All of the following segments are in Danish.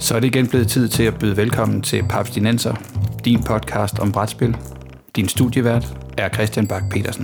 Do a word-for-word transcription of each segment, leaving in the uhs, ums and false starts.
Så er det igen blevet tid til at byde velkommen til Papstinenser, din podcast om brætspil. Din studievært er Christian Bak Petersen.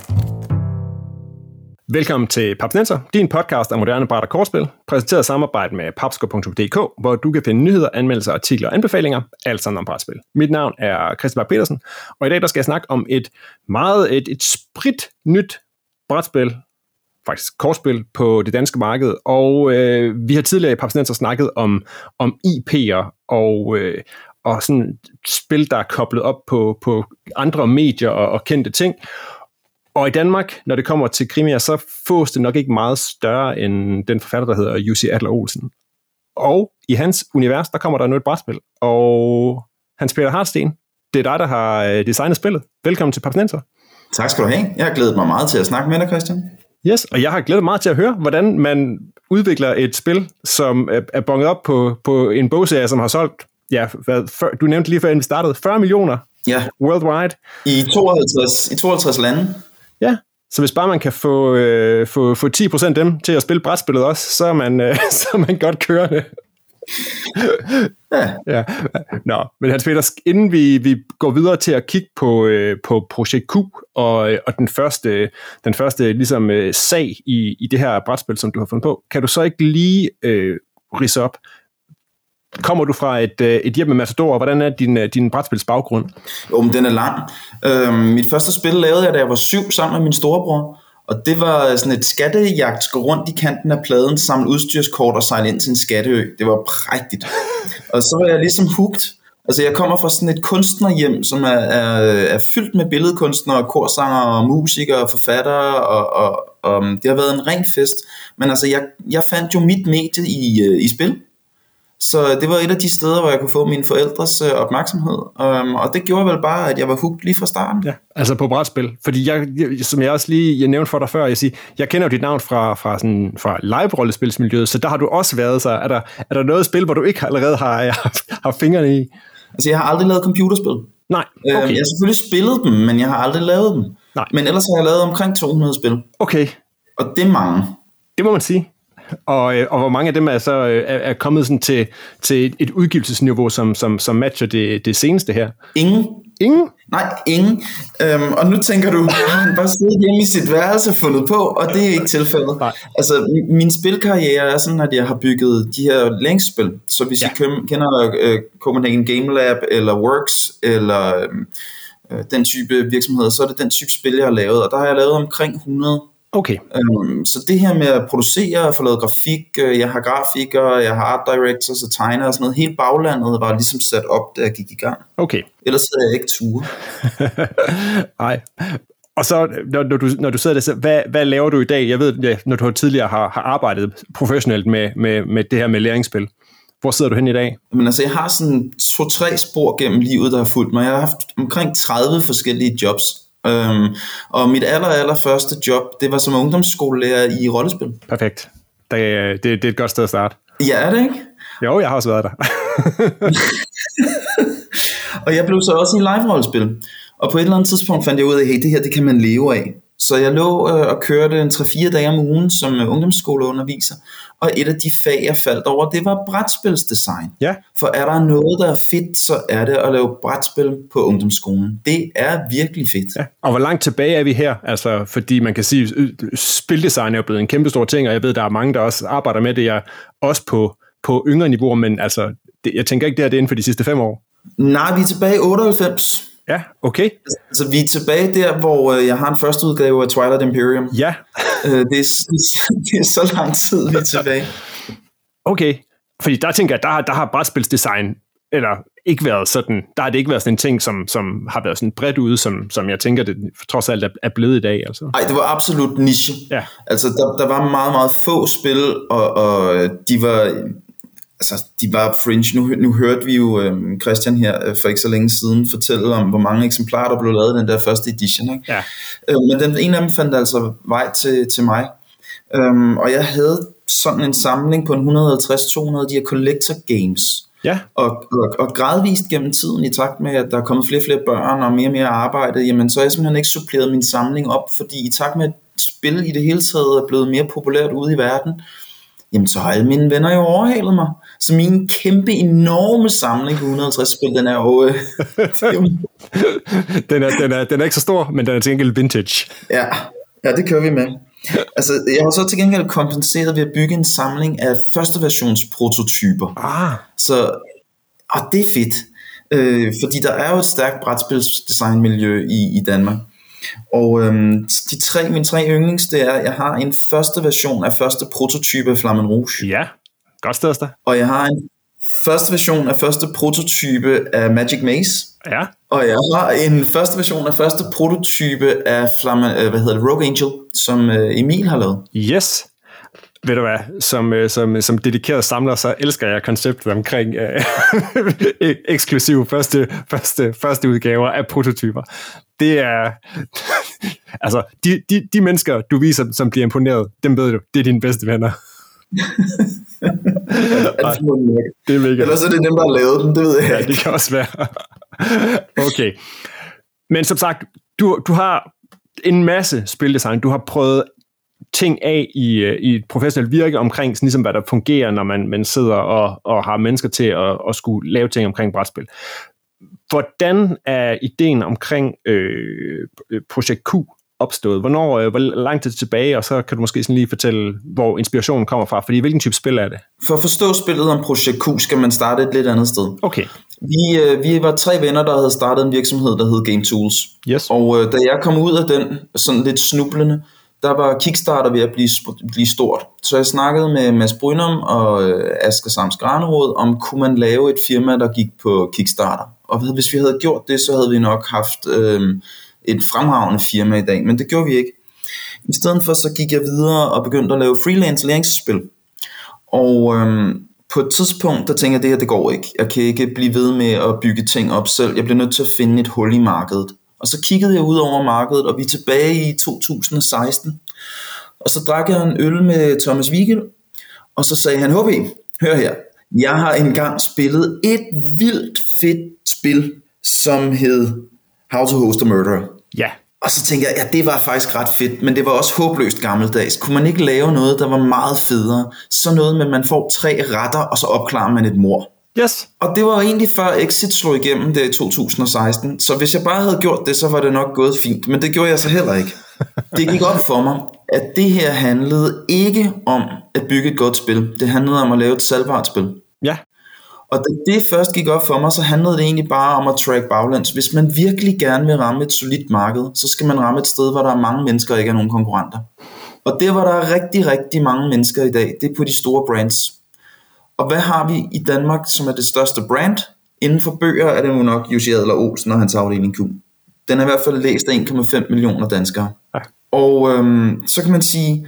Velkommen til Papstinenser, din podcast om moderne bræt- og kortspil, præsenteret i samarbejde med papsko punktum d k, hvor du kan finde nyheder, anmeldelser, artikler og anbefalinger, alt sammen om brætspil. Mit navn er Christian Bak Petersen, og i dag der skal jeg snakke om et meget et, et sprit nyt brætspil, faktisk kortspil på det danske marked, og øh, vi har tidligere i Papstinenser snakket om, om I P'er og, øh, og sådan spil, der er koblet op på, på andre medier og, og kendte ting. Og i Danmark, når det kommer til krimier, så fås det nok ikke meget større end den forfatter, der hedder Jussi Adler-Olsen. Og i hans univers, der kommer der nu et brætspil. Og Hans Peter Hartsten, det er dig, der har designet spillet. Velkommen til Papstinenser. Tak skal du have. Jeg har glædet mig meget til at snakke med dig, Christian. Yes, og jeg har glædet mig meget til at høre, hvordan man udvikler et spil, som er bonget op på, på en bogserie, som har solgt, ja, hvad, før, du nævnte lige før, inden vi startede, fyrre millioner ja. Worldwide. I tooghalvtreds, i tooghalvtreds lande. Ja, så hvis bare man kan få, øh, få, få ti procent af dem til at spille brætspillet også, så er man, øh, så er man godt kørende. ja. ja. Nå, men Hans Peter, inden vi, vi går videre til at kigge på, øh, på Projekt Q og, og den første, den første ligesom, øh, sag i, i det her brætspil, som du har fundet på, kan du så ikke lige øh, ridse op? Kommer du fra et, et hjem med Matador, hvordan er din, din brætspils baggrund? Jo, men den er lang. Øhm, mit første spil lavede jeg, da jeg var syv, sammen med min storebror. Og det var sådan et skattejagt, gå rundt i kanten af pladen, samle udstyrskort og sejle ind til en skatteø. Det var prægtigt. Og så var jeg ligesom hooked. Altså jeg kommer fra sådan et kunstnerhjem, som er, er, er fyldt med billedkunstnere, korsangere, musikere og forfattere, og, og, og det har været en ren fest. Men altså jeg, jeg fandt jo mit medie i, i spil. Så det var et af de steder, hvor jeg kunne få mine forældres øh, opmærksomhed, um, og det gjorde vel bare, at jeg var hooked lige fra starten. Ja, altså på brætspil, fordi jeg, som jeg også lige jeg nævnte for dig før, jeg siger, jeg kender jo dit navn fra, fra, sådan, fra live-rollespilsmiljøet, så der har du også været, så er der, er der noget spil, hvor du ikke allerede har, har, har fingrene i? Altså jeg har aldrig lavet computerspil. Nej, okay. um, Jeg har selvfølgelig spillet dem, men jeg har aldrig lavet dem. Nej. Men ellers har jeg lavet omkring to hundrede spil. Okay. Og det er mange. Det må man sige. Og, og hvor mange af dem er så er, er kommet sådan til, til et udgivelsesniveau, som, som, som matcher det, det seneste her? Ingen. Ingen? Nej, ingen. Øhm, og nu tænker du, han bare sidder hjemme i sit værelse og fundet på, og det er ikke tilfældet. Nej. Altså, min spilkarriere er sådan, at jeg har bygget de her længsspil. Så hvis ja. I kender uh, Copenhagen Game Lab, eller Works, eller uh, den type virksomheder, så er det den type spil, jeg har lavet. Og der har jeg lavet omkring hundrede. Okay. Um, så det her med at producere og få lavet grafik, uh, jeg har grafikere, jeg har art directors og tegner og sådan noget, helt baglandet var ligesom sat op, da jeg gik i gang. Okay. Ellers havde jeg ikke ture. Nej. Og så, når, når, du, når du sidder der, så hvad, hvad laver du i dag? Jeg ved, ja, når du tidligere har, har arbejdet professionelt med, med, med det her med læringsspil. Hvor sidder du hen i dag? Men altså, jeg har sådan to-tre spor gennem livet, der har fulgt mig. Jeg har haft omkring tredive forskellige jobs. Um, og mit aller, aller første job, det var som ungdomsskolelærer i rollespil. Perfekt. Det, det, det er et godt sted at starte. Ja, er det ikke? Jo, jeg har også været der. Og jeg blev så også i live-rollespil. Og på et eller andet tidspunkt fandt jeg ud af, at hey, det her, det kan man leve af. Så jeg lå øh, og kørte en tre-fire dage om ugen som øh, ungdomsskoleunderviser. Og et af de fag, jeg faldt over, det var brætspilsdesign. Ja. For er der noget, der er fedt, så er det at lave brætspil på ungdomsskolen. Det er virkelig fedt. Ja. Og hvor langt tilbage er vi her? Altså, fordi man kan sige, spildesign er jo blevet en kæmpe stor ting, og jeg ved, der er mange, der også arbejder med det, jeg også på, på yngre niveauer, men altså, det, jeg tænker ikke, det er det inden for de sidste fem år. Nej, vi er tilbage i otteoghalvfems. Ja, okay. Altså, vi er tilbage der, hvor øh, jeg har en første udgave af Twilight Imperium. Ja. øh, det, er, det er så lang tid, vi er tilbage. Okay, fordi der tænker jeg, der, der har brætspilsdesign, eller ikke været sådan, der har det ikke været sådan en ting, som, som har været sådan bredt ude, som, som jeg tænker, det trods alt er blevet i dag. Altså. Nej, det var absolut niche. Ja. Altså, der, der var meget, meget få spil, og, og de var... Altså, de var fringe. Nu, nu hørte vi jo øhm, Christian her øh, for ikke så længe siden fortælle om, hvor mange eksemplarer, der blev lavet i den der første edition. Ikke? Ja. Øh, men den, en af dem fandt altså vej til, til mig. Øhm, og jeg havde sådan en samling på et hundrede og halvtreds til to hundrede af de her collector games. Ja. Og, og, og gradvist gennem tiden, i takt med, at der er kommet flere og flere børn og mere og mere arbejde, jamen så har jeg simpelthen ikke suppleret min samling op, fordi i takt med, at spil i det hele taget er blevet mere populært ude i verden, jamen så har alle mine venner jo overhalet mig. Så min kæmpe, enorme samling på et hundrede og halvtreds spil, den er jo... Øh, den, er, den, er, den er ikke så stor, men den er til gengæld vintage. Ja, ja, det kører vi med. Altså, jeg har så til gengæld kompenseret ved at bygge en samling af første versions prototyper. Ah. Så, og det er fedt, øh, fordi der er jo et stærkt brætspilsdesignmiljø i, i Danmark. Og øhm, de tre, mine tre yndlings, det er, at jeg har en første version af første prototype af Flamme Rouge. Ja, godt sted der. Og jeg har en første version af første prototype af Magic Maze. Ja. Og jeg har en første version af første prototype af Flamme, øh, hvad hedder det, Rogue Angel, som øh, Emil har lavet. Yes. Ved du hvad, som, som, som dedikeret samler, så elsker jeg konceptet omkring øh, eksklusive første, første, første udgaver af prototyper. Det er, altså, de, de, de mennesker, du viser, som bliver imponeret, dem ved du, det er dine bedste venner. Ej, det er mega. Ellers er det dem, der har lavet dem, det ved jeg ja, ikke. det kan også være. Okay. Men som sagt, du, du har en masse spildesign, du har prøvet ting af i, i et professionelt virke omkring, sådan ligesom hvad der fungerer, når man, man sidder og, og har mennesker til at, at skulle lave ting omkring brætspil. Hvordan er ideen omkring øh, Projekt Q opstået? Hvornår, øh, hvor lang tid tilbage, og så kan du måske sådan lige fortælle, hvor inspirationen kommer fra, fordi hvilken type spil er det? For at forstå spillet om Projekt Q, skal man starte et lidt andet sted. Okay. Vi, øh, vi var tre venner, der havde startet en virksomhed, der hed Game Tools. Yes. Og øh, da jeg kom ud af den, sådan lidt snublende, der var Kickstarter ved at blive, blive stort. Så jeg snakkede med Mads Brynum og øh, Asger Sams Granerod om, kunne man lave et firma, der gik på Kickstarter. Og hvis vi havde gjort det, så havde vi nok haft øh, et fremragende firma i dag, men det gjorde vi ikke. I stedet for så gik jeg videre og begyndte at lave freelance læringsspil. Og øh, på et tidspunkt, der tænkte jeg, at det her, det går ikke. Jeg kan ikke blive ved med at bygge ting op selv. Jeg bliver nødt til at finde et hul i markedet. Og så kiggede jeg ud over markedet, og vi er tilbage i to tusind og seksten. Og så drak jeg en øl med Thomas Wiegel, og så sagde han, H B, hør her, jeg har engang spillet et vildt fedt spil, som hed How to Host a Murderer. Ja. Og så tænkte jeg, ja, det var faktisk ret fedt, men det var også håbløst gammeldags. Kunne man ikke lave noget, der var meget federe? Så noget med, at man får tre retter, og så opklarer man et mord. Yes. Og det var egentlig før Exit slog igennem der i to tusind og seksten, så hvis jeg bare havde gjort det, så var det nok gået fint, men det gjorde jeg så heller ikke. Det gik op for mig, at det her handlede ikke om at bygge et godt spil, det handlede om at lave et salgbart spil. Ja. Og da det først gik op for mig, så handlede det egentlig bare om at track baglæns. Hvis man virkelig gerne vil ramme et solidt marked, så skal man ramme et sted, hvor der er mange mennesker og ikke er nogen konkurrenter. Og der, hvor der er rigtig, rigtig mange mennesker i dag, det er på de store brands. Og hvad har vi i Danmark, som er det største brand? Inden for bøger er det jo nok Jussi Adler Olsen og hans afdeling Q. Den er i hvert fald læst af en komma fem millioner danskere. Ja. Og øhm, så kan man sige,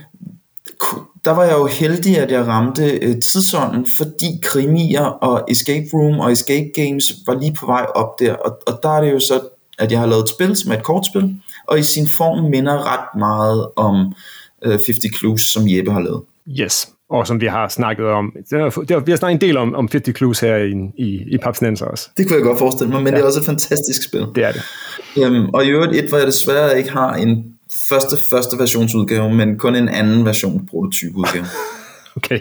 der var jeg jo heldig, at jeg ramte øh, tidsånden, fordi krimier og escape room og escape games var lige på vej op der. Og, og der er det jo så, at jeg har lavet et spil, som er et kortspil, og i sin form minder ret meget om øh, halvtreds Clues, som Jeppe har lavet. Yes. Og som vi har snakket om, det er, det er, vi har snakket en del om, om halvtreds Clues her i, i, i Papsnenser også. Det kunne jeg godt forestille mig, men ja. Det er også et fantastisk spil. Det er det. Øhm, og i øvrigt et, hvor jeg desværre ikke har en første, første versionsudgave, men kun en anden version prototypeudgave. Okay.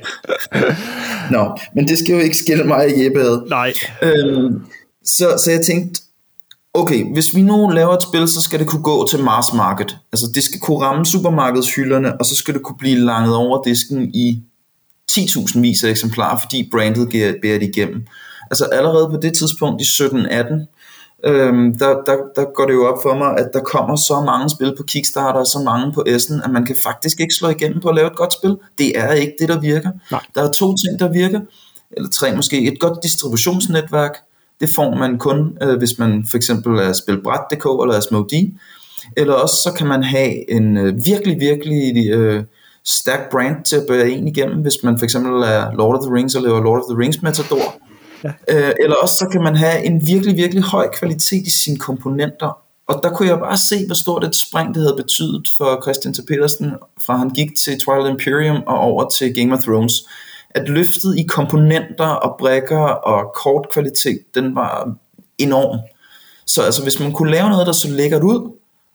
Nå, men det skal jo ikke skille mig og Jeppe ad. Nej. Øhm, så, så jeg tænkte, okay, hvis vi nu laver et spil, så skal det kunne gå til mass market. Altså det skal kunne ramme supermarkedshylderne, og så skal det kunne blive langet over disken i ti tusind vis af eksemplarer, fordi brandet bærer det igennem. Altså allerede på det tidspunkt i sytten atten, øhm, der, der, der går det jo op for mig, at der kommer så mange spil på Kickstarter og så mange på Essen, at man kan faktisk ikke slå igennem på at lave et godt spil. Det er ikke det, der virker. Nej. Der er to ting, der virker, eller tre måske. Et godt distributionsnetværk, det får man kun, øh, hvis man for eksempel er spilbræt punktum d k eller Asmodee, eller også så kan man have en øh, virkelig, virkelig øh, stærk brand til at bære en igennem, hvis man for eksempel er Lord of the Rings og laver Lord of the Rings Matador. Ja. Øh, eller også så kan man have en virkelig, virkelig høj kvalitet i sine komponenter. Og der kunne jeg bare se, hvor stort et spring det havde betydet for Christian T. Petersen, fra han gik til Twilight Imperium og over til Game of Thrones. At løftet i komponenter og brækker og kortkvalitet, den var enorm. Så altså, hvis man kunne lave noget, der så lækkert ud,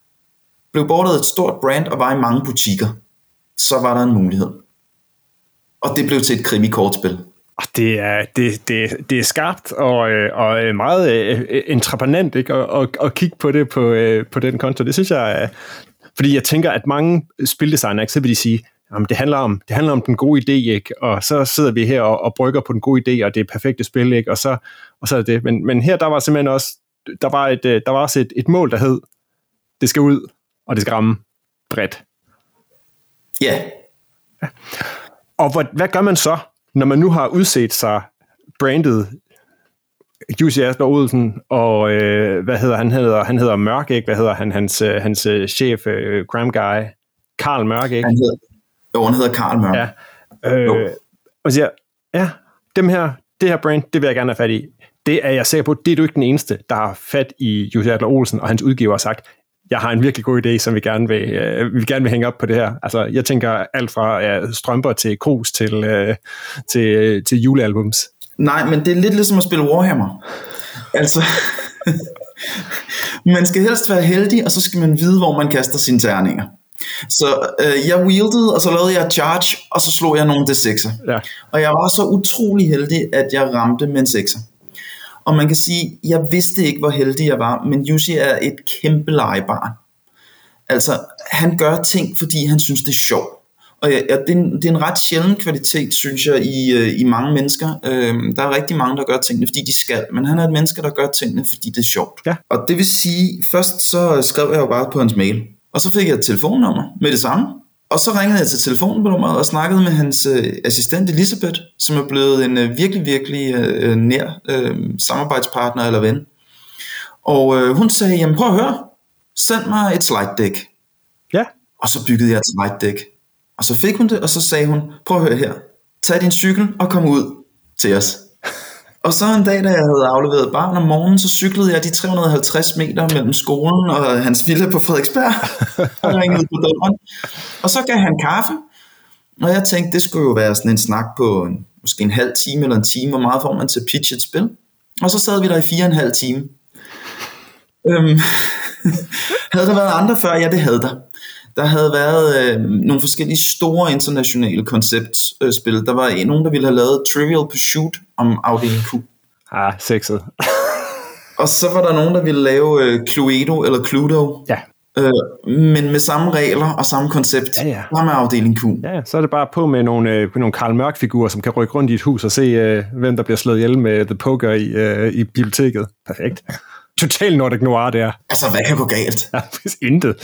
blev bordet et stort brand og var i mange butikker, så var der en mulighed. Og det blev til et krimi-kortspil. Det er, det, det, det er skarpt og, og meget uh, entreprenant, ikke? Og, og, og kigge på det på, uh, på den konto. Det synes jeg, uh, fordi jeg tænker, at mange spildesignere, ikke, så vil de sige, jamen, det handler om det handler om den gode idé, ikke? Og så sidder vi her og, og brygger på den gode idé, og det er perfekte spil, ikke? Og så, og så er det. Men, men her der var simpelthen også der var et der var også et, et mål, der hed, det skal ud, og det skal ramme bredt. Ja. Yeah. Ja. Og hvad, hvad gør man så, når man nu har udset sig brandet Jussi Adler Olsen, og øh, hvad hedder han hedder han hedder Mørk, ikke? Hvad hedder han hans hans chef, øh, crime guy, Carl Mørk, ikke? Han hedder, jo, han hedder Carl Mørk. Ja. Øh, og siger, ja, dem her, det her brand, det vil jeg gerne have fat i. Det er jeg sikker på, det er du ikke den eneste, der har fat i Jussi Adler Olsen, og hans udgiver har sagt, jeg har en virkelig god idé, som vi gerne vil, øh, vi gerne vil hænge op på det her. Altså, jeg tænker alt fra ja, strømper til krus til, øh, til, til julealbums. Nej, men det er lidt ligesom at spille Warhammer. Altså, man skal helst være heldig, og så skal man vide, hvor man kaster sine terninger. Så øh, jeg wieldede, og så lavede jeg charge, og så slog jeg nogle D sekser. Ja. Og jeg var så utrolig heldig, at jeg ramte med en sekser. Og man kan sige, jeg vidste ikke, hvor heldig jeg var, men Jussi er et kæmpe legebarn. Altså, han gør ting, fordi han synes, det er sjovt. Og ja, det, er en, det er en ret sjælden kvalitet, synes jeg, i, i mange mennesker. Øhm, der er rigtig mange, der gør tingene, fordi de skal, men han er et menneske, der gør tingene, fordi det er sjovt. Ja. Og det vil sige, først så skrev jeg jo bare på hans mail, og så fik jeg et telefonnummer med det samme. Og så ringede jeg til telefonnummeret og snakkede med hans øh, assistent Elisabeth, som er blevet en øh, virkelig, virkelig øh, nær øh, samarbejdspartner eller ven. Og øh, hun sagde, jamen prøv at høre, send mig et slide deck. Ja. Og så byggede jeg et slide deck. Og så fik hun det, og så sagde hun, prøv at høre her, tag din cykel og kom ud til os. Og så en dag, da jeg havde afleveret barn om morgenen, så cyklede jeg de tre hundrede og halvtreds meter mellem skolen og hans villa på Frederiksberg, og ringede på døren. Og så gav han kaffe, og jeg tænkte, det skulle jo være sådan en snak på en, måske en halv time eller en time, hvor meget får man til at pitche et spil. Og så sad vi der i fire og en halv time. Øhm, havde der været andre før? Ja, det havde der. Der havde været øh, nogle forskellige store internationale konceptspil. Øh, der var en, nogen, der ville have lavet Trivial Pursuit om afdeling Q. Ah, sexet. Og så var der nogen, der ville lave øh, Cluedo eller Cluedo. Ja. Øh, men med samme regler og samme koncept. Ja, ja. Bare med afdeling Q. Ja, så er det bare på med nogle, øh, nogle Karl Mørk-figurer, som kan rykke rundt i et hus og se, øh, hvem der bliver slået ihjel med The Poker i, øh, i biblioteket. Perfekt. Total Nordic Noir, det er. Altså, hvad kan gå galt? Ja, intet.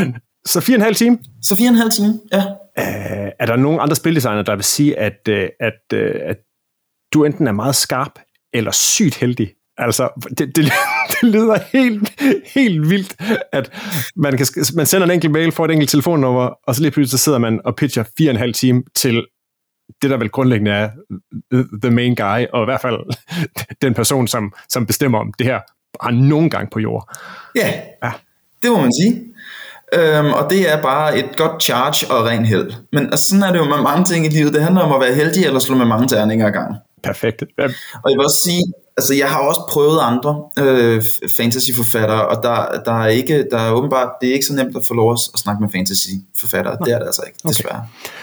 Så fire og en halv time? Så fire og en halv time, ja. Uh, er der nogen andre spildesigner, der vil sige, at, uh, at, uh, at du enten er meget skarp eller sygt heldig? Altså, det, det, det lyder helt, helt vildt, at man, kan, man sender en enkelt mail, får et enkelt telefonnummer, og så lige pludselig så sidder man og pitcher fire og en halv time til det, der vel grundlæggende er the main guy, og i hvert fald den person, som, som bestemmer om det her, har nogen gang på jord. Ja, ja. Det må man sige. Øhm, og det er bare et godt charge og ren held. Men altså, sådan er det jo med mange ting i livet. Det handler om at være heldig eller slå med mange terninger ad gangen. Perfekt. Ja. Og jeg vil også sige, altså jeg har også prøvet andre øh, fantasyforfattere, og der, der er ikke, der er åbenbart, det er ikke så nemt at få lov at snakke med fantasyforfattere. Det er det altså ikke, desværre.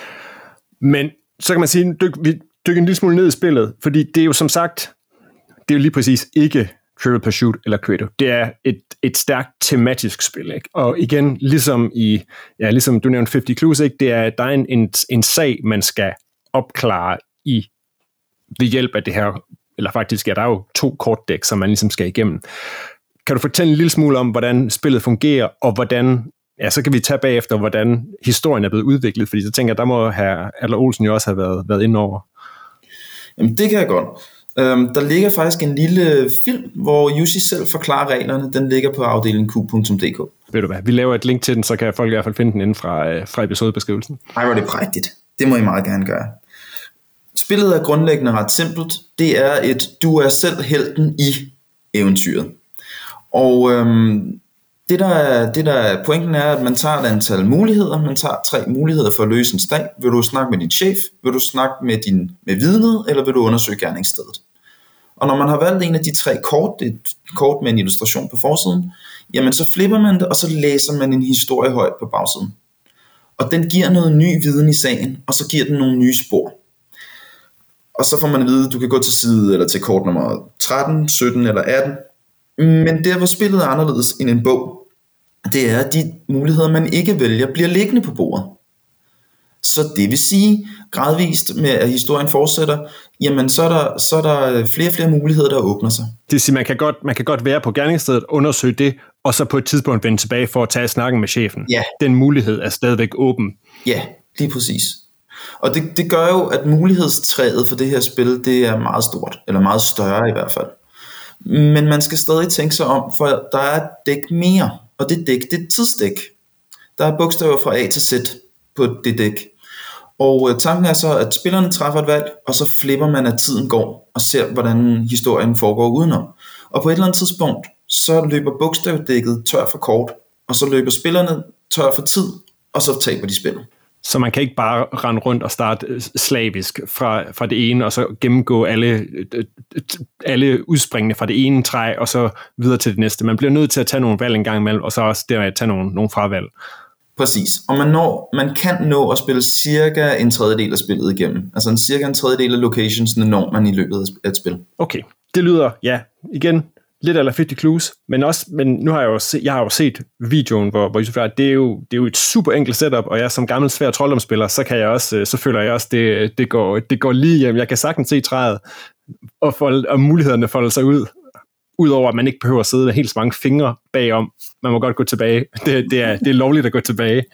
Okay. Men så kan man sige, dyk, vi dykker en lille smule ned i spillet, fordi det er jo som sagt, det er jo lige præcis ikke Trivial Pursuit eller Cluedo. Det er et, et stærkt tematisk spil, ikke? Og igen, ligesom i, ja, ligesom du nævnte halvtreds Clues, ikke? Det er, der er en, en, en sag, man skal opklare i ved hjælp af det her, eller faktisk er der jo to kortdæk, som man ligesom skal igennem. Kan du fortælle en lille smule om, hvordan spillet fungerer, og hvordan, ja, så kan vi tage bagefter, hvordan historien er blevet udviklet, fordi så tænker jeg, der må herr Adler Olsen jo også have været, været inde over. Jamen, det kan jeg godt. Um, der ligger faktisk en lille film, hvor Jussi selv forklarer reglerne. Den ligger på afdeling q punktum d k. Ved du hvad, vi laver et link til den, så kan folk i hvert fald finde den inden fra, fra episodebeskrivelsen. Ej, hvor er det prægtigt. Det må I meget gerne gøre. Spillet er grundlæggende ret simpelt. Det er et, du er selv helten i eventyret. Og øhm, det, der er, det der er pointen er, at man tager et antal muligheder. Man tager tre muligheder for at løse en sag. Vil du snakke med din chef? Vil du snakke med, din, med vidnet? Eller vil du undersøge gerningsstedet? Og når man har valgt en af de tre kort, det er et kort med en illustration på forsiden, jamen så flipper man det, og så læser man en historie højt på bagsiden. Og den giver noget ny viden i sagen, og så giver den nogle nye spor. og så får man at vide, at du kan gå til side eller til kort nummer tretten, sytten eller atten. Men der, hvor spillet er anderledes end en bog, det er, at de muligheder, man ikke vælger, bliver liggende på bordet. Så det vil sige, gradvist med at historien fortsætter, jamen så er der, så er der flere og flere muligheder, der åbner sig. Det vil sige, man kan godt, man kan godt være på gerningsstedet, undersøge det, og så på et tidspunkt vende tilbage for at tage snakken med chefen. Ja. Den mulighed er stadigvæk åben. Ja, lige præcis. Og det, det gør jo, at mulighedstræet for det her spil, det er meget stort, eller meget større i hvert fald. Men man skal stadig tænke sig om, for der er et dæk mere, og det dæk, det er et tidsdæk. Der er bogstaver fra A til Z på det dæk. Og øh, tanken er så, at spillerne træffer et valg, og så flipper man, at tiden går, og ser, hvordan historien foregår udenom. Og på et eller andet tidspunkt, så løber bogstavdækket tør for kort, og så løber spillerne tør for tid, og så taber de spillet. Så man kan ikke bare rende rundt og starte slavisk fra, fra det ene, og så gennemgå alle, alle udspringene fra det ene træ, og så videre til det næste. Man bliver nødt til at tage nogle valg en gang imellem, og så også dermed tage nogle, nogle fravalg. Præcis, og man, når, man kan nå at spille cirka en tredjedel af spillet igennem. Altså en cirka en tredjedel af locationsene når man i løbet af et spil. Okay, det lyder, ja, igen, lidt eller halvtreds clues, men også, men nu har jeg jo set, jeg har jo set videoen, hvor, hvor Yusuf er, det er jo, det er jo et super enkelt setup, og jeg som gammel svær trolddomsspiller, så kan jeg også, så føler jeg også, det, det går, det går lige hjem. Jeg kan sagtens se træet, og, folde, og mulighederne folder sig ud, udover at man ikke behøver at sidde med helt så mange fingre bagom. Man må godt gå tilbage. Det, det, er, det er lovligt at gå tilbage.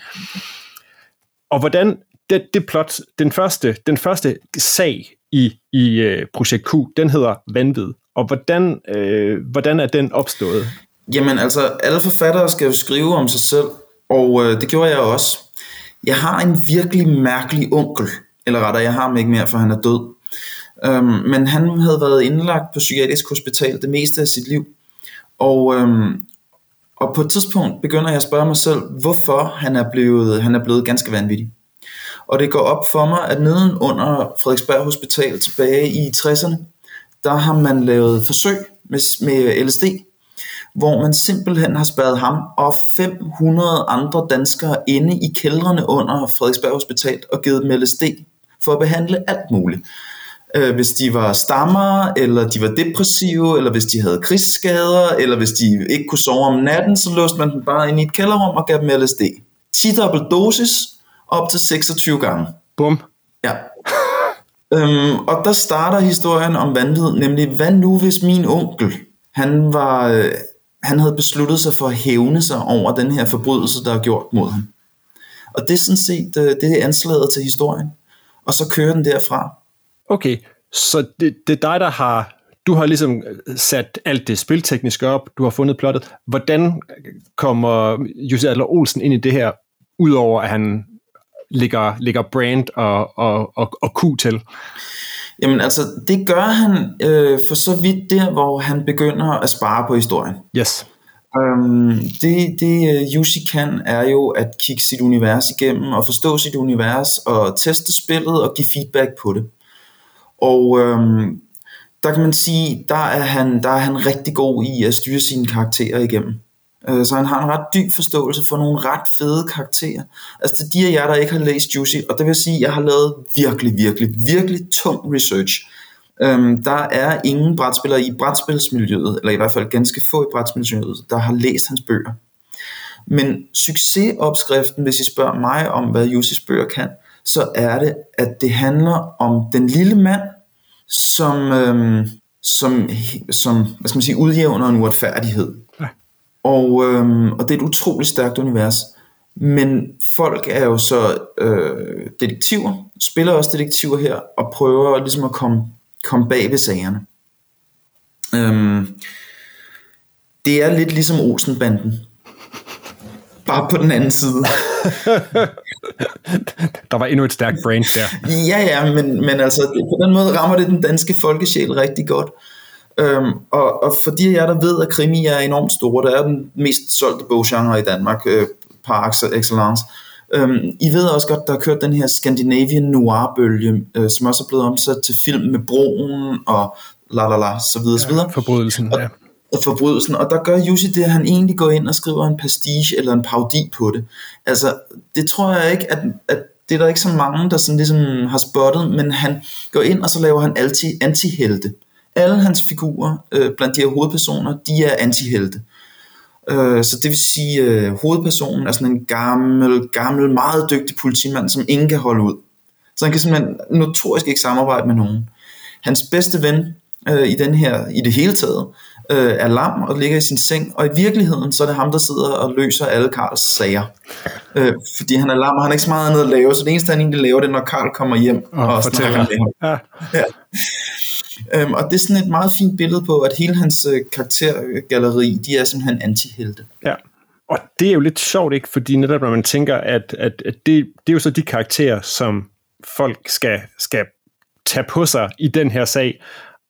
Og hvordan, det, det plot, den første, den første sag i, i uh, projekt Q, den hedder Vanvid. Og hvordan, øh, hvordan er den opstået? Jamen altså, alle forfattere skal jo skrive om sig selv, og øh, det gjorde jeg også. Jeg har en virkelig mærkelig onkel, eller rettere, jeg har ham ikke mere, for han er død. Øhm, men han havde været indlagt på psykiatrisk hospital det meste af sit liv. Og, øhm, og på et tidspunkt begynder jeg at spørge mig selv, hvorfor han er blevet, han er blevet ganske vanvittig. Og det går op for mig, at neden under Frederiksberg Hospital tilbage i tresserne, der har man lavet forsøg med, med L S D, hvor man simpelthen har spærret ham og fem hundrede andre danskere inde i kældrene under Frederiksberg Hospital og givet dem L S D for at behandle alt muligt. Hvis de var stammer, eller de var depressive, eller hvis de havde krigsskader, eller hvis de ikke kunne sove om natten, så låste man dem bare ind i et kælderrum og gav dem L S D. ti-dobbelt dosis, op til seksogtyve gange. Bum. Ja. øhm, og der starter historien om vanvid, nemlig hvad nu hvis min onkel, han var, øh, han havde besluttet sig for at hævne sig over den her forbrydelse, der er gjort mod ham. Og det er sådan set, øh, det er anslaget til historien. Og så kører den derfra. Okay, så det, det er dig, der har, du har ligesom sat alt det spiltekniske op, du har fundet plottet. Hvordan kommer Jussi Adler Olsen ind i det her, udover at han lægger, lægger brand og, og, og, og Q til? Jamen altså, det gør han øh, for så vidt der, hvor han begynder at spare på historien. Yes. Um, det, det Jussi kan, er jo at kigge sit univers igennem, og forstå sit univers, og teste spillet, og give feedback på det. Og øhm, der kan man sige, der er, han, der er han rigtig god i at styre sine karakterer igennem. Øh, så han har en ret dyb forståelse for nogle ret fede karakterer. Altså til de af jer, der ikke har læst Jussi, og det vil sige, at jeg har lavet virkelig, virkelig, virkelig tung research. Øhm, der er ingen brætspillere i brætspilsmiljøet, eller i hvert fald ganske få i brætspilsmiljøet, der har læst hans bøger. Men succesopskriften, hvis I spørger mig om, hvad Jussis bøger kan, så er det, at det handler om den lille mand, som, øhm, som, som hvad skal man sige, udjævner en uretfærdighed. Ja. Og, øhm, og det er et utroligt stærkt univers. Men folk er jo så øh, detektiver, spiller også detektiver her, og prøver ligesom at komme, komme bag ved sagerne. Øhm, det er lidt ligesom Olsenbanden. Bare på den anden side. Der var endnu et stærkt brand der. Ja, ja, men, men altså, på den måde rammer det den danske folkesjæl rigtig godt. Øhm, og, og for de af jer, der ved, at krimi er enormt store, der er den mest solgte boggenre i Danmark, øh, par excellence. Øhm, I ved også godt, der har kørt den her Scandinavian noir-bølge, øh, som også er blevet omsat til film med Broen og la la la, så videre, ja, så videre. Forbrydelsen, ja. Og forbrydelsen, og der gør Jussi det, at han egentlig går ind og skriver en pastiche eller en parodi på det. Altså, det tror jeg ikke, at, at det er der ikke så mange, der sådan ligesom har spottet, men han går ind, og så laver han anti, anti-helte. Alle hans figurer, øh, blandt de her hovedpersoner, de er anti-helte. Øh, så det vil sige, øh, hovedpersonen er sådan en gammel, gammel, meget dygtig politimand, som ingen kan holde ud. Så han kan simpelthen notorisk ikke samarbejde med nogen. Hans bedste ven øh, i den her, i det hele taget, øh, er lam og ligger i sin seng, og i virkeligheden, så er det ham, der sidder og løser alle Karls sager. Øh, fordi han er lam, og han har ikke så meget andet at lave, så det eneste, han egentlig laver, det er, når Karl kommer hjem og, og snakker med ham. Ja. Ja. Øhm, og det er sådan et meget fint billede på, at hele hans øh, karaktergalleri, de er simpelthen anti-helte. Ja, og det er jo lidt sjovt, ikke? Fordi netop når man tænker, at, at, at det, det er jo så de karakterer, som folk skal, skal tage på sig i den her sag.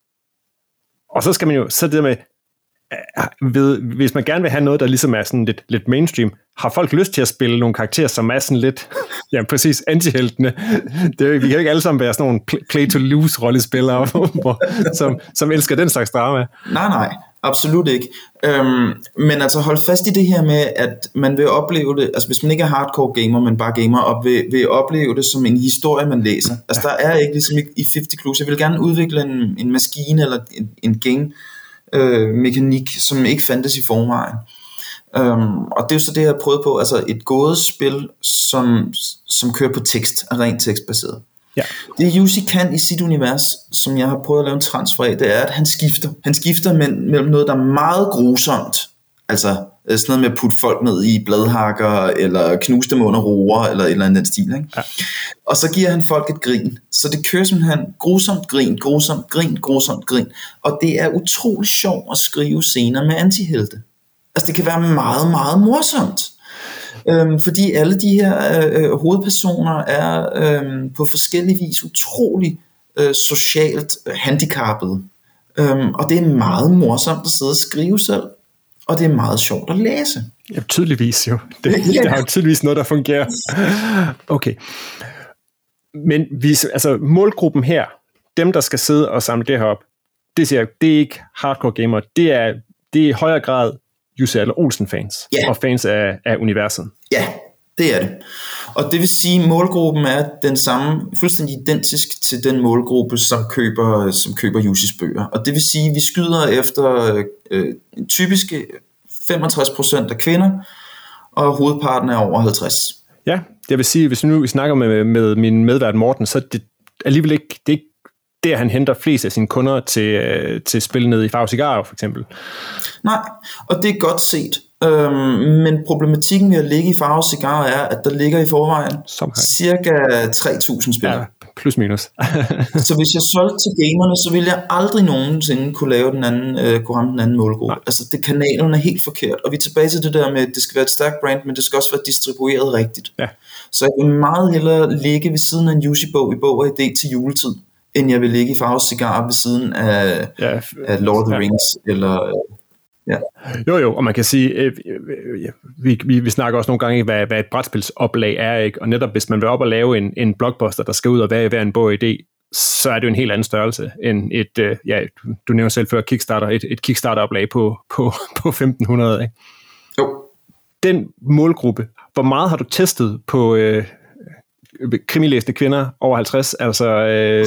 Og så skal man jo, så det med, ved, hvis man gerne vil have noget, der ligesom er sådan lidt, lidt mainstream, har folk lyst til at spille nogle karakterer, som er sådan lidt, ja præcis, antiheltene. Det er, vi kan jo ikke alle sammen være sådan nogle play-to-lose-rollespillere, som, som elsker den slags drama. Nej, nej, absolut ikke. Øhm, men altså hold fast i det her med, at man vil opleve det, altså hvis man ikke er hardcore gamer, men bare gamer, og vil, vil opleve det som en historie, man læser. Altså der er ikke ligesom i fifty Clues, jeg vil gerne udvikle en, en maskine eller en, en game, Øh, mekanik, som ikke fandtes i forvejen. Um, og det er jo så det, jeg har prøvet på, altså et gådespil, som, som kører på tekst, er rent tekstbaseret. Ja. Det Jussi kan i sit univers, som jeg har prøvet at lave en transfer af, det er, at han skifter. Han skifter mellem noget, der er meget grusomt, altså sådan noget med at putte folk ned i bladhakker, eller knuse dem under roer, eller et eller andet den stil, ikke? Ja. Og så giver han folk et grin. Så det kører simpelthen grusomt grin, grusomt grin, grusomt grin. Og det er utrolig sjovt at skrive scener med antihelte. Altså det kan være meget, meget morsomt. Øhm, fordi alle de her øh, hovedpersoner er øh, på forskellige vis utrolig øh, socialt øh, handicappede. Øhm, og det er meget morsomt at sidde og skrive selv. Og det er meget sjovt at læse. Ja, tydeligvis jo. Det, ja. Det har jo tydeligvis noget, der fungerer. Okay. Men vi, altså, målgruppen her, dem der skal sidde og samle det her op, det siger jeg, det er ikke hardcore gamer, det er, det er i højere grad Jussi Adler-Olsen fans, ja. Og fans af, af universet. Ja, det er det. Og det vil sige, at målgruppen er den samme, fuldstændig identisk til den målgruppe, som køber, som køber Jussis bøger. Og det vil sige, at vi skyder efter øh, typiske femogtres procent af kvinder, og hovedparten er over halvtreds. Ja, det vil sige, hvis nu vi snakker med, med min medvært Morten, så er det alligevel ikke, det er ikke der, han henter flest af sine kunder til, til spil ned i Farve Cigarer, for eksempel. Nej, og det er godt set. Øhm, men problematikken ved at ligge i Farve Cigarer er, at der ligger i forvejen cirka tre tusind spillere. Ja, plus minus. Så hvis jeg solgte til gamerne, så ville jeg aldrig nogensinde kunne lave den anden, øh, kunne ramme den anden målgruppe. Nej. Altså det, kanalen er helt forkert, og vi er tilbage til det der med, at det skal være et stærkt brand, men det skal også være distribueret rigtigt. Ja. Så jeg vil meget hellere ligge ved siden af en Jussi-bog i Bog og Idé til juletid, end jeg vil ligge i Farve Cigarer ved siden af, ja, af Lord of the ja. Rings, eller... Ja. Jo jo, og man kan sige, øh, øh, vi, vi, vi snakker også nogle gange, hvad, hvad et brætspilsoplag er, ikke? Og netop hvis man vil op og lave en, en blockbuster, der skal ud og være, være en Bog idé, så er det jo en helt anden størrelse end et, øh, ja, du nævnte selv før Kickstarter, et, et Kickstarter-oplag på, på, på femten hundrede, ikke? Jo. Den målgruppe, hvor meget har du testet på øh, krimilæsende kvinder over halvtreds? Altså, øh,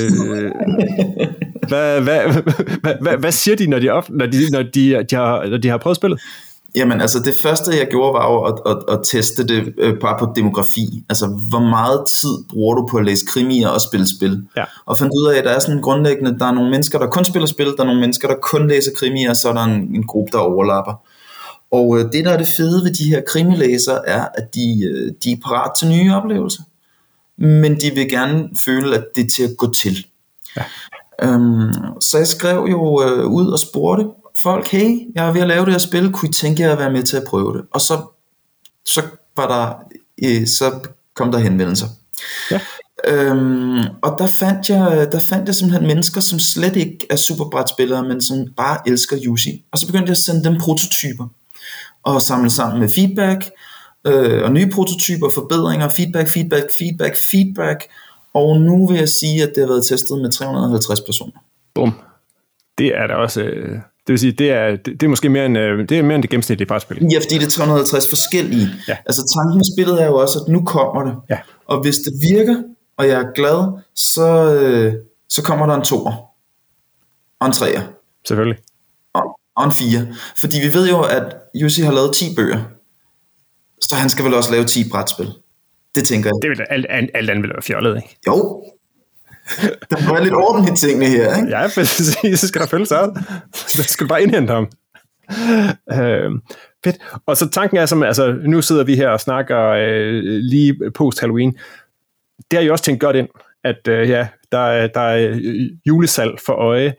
hvad, hvad, hvad, hvad, hvad siger de, når de, op, når de, når de, de, har, når de har prøvet spillet? Jamen altså det første jeg gjorde var jo at, at, at teste det øh, bare på demografi. Altså hvor meget tid bruger du på at læse krimier og spille spil? Ja. Og fandt ud af, at der er sådan grundlæggende, der er nogle mennesker, der kun spiller spil, der er nogle mennesker, der kun læser krimier, og så er der en, en gruppe, der overlapper. Og øh, det der er det fede ved de her krimilæsere er, at de, øh, de er parat til nye oplevelser. Men de vil gerne føle, at det er til at gå til. Ja. Øhm, så jeg skrev jo øh, ud og spurgte folk, hey, jeg er ved at lave det her spil, kunne I tænke jer at være med til at prøve det? Og så, så, var der, øh, så kom der henvendelser. Ja. Øhm, og der fandt, jeg, der fandt jeg simpelthen mennesker, som slet ikke er superbrætspillere, men som bare elsker Jussi. Og så begyndte jeg at sende dem prototyper, og samle sammen med feedback, øh, og nye prototyper, forbedringer, feedback, feedback, feedback, feedback. Og nu vil jeg sige, at det har været testet med tre hundrede og halvtreds personer. Bum. Det er da også, øh, Det vil sige, det er, det, det er måske mere end det, er mere end det gennemsnitlige brætspil. Ja, fordi det er tre hundrede og halvtreds forskellige. Ja. Altså tanken med spillet er jo også, at nu kommer det. Ja. Og hvis det virker, og jeg er glad, så, øh, så kommer der en toer. Og en treer. Selvfølgelig. Og, og en fire. Fordi vi ved jo, at Jussi har lavet ti bøger. Så han skal vel også lave ti brætspil. Det tænker jeg. Det vil alt, alt, alt andet vil være fjollet, ikke? Jo. Der må være lidt orden i tingene her, ikke? Ja, præcis. Så skal der følges ad. Så skal du bare indhente ham. Øh, fedt. Og så tanken er, som, altså, nu sidder vi her og snakker øh, lige post-Halloween. Det har jo også tænkt godt ind, at øh, ja, der er, der er julesalg for øje.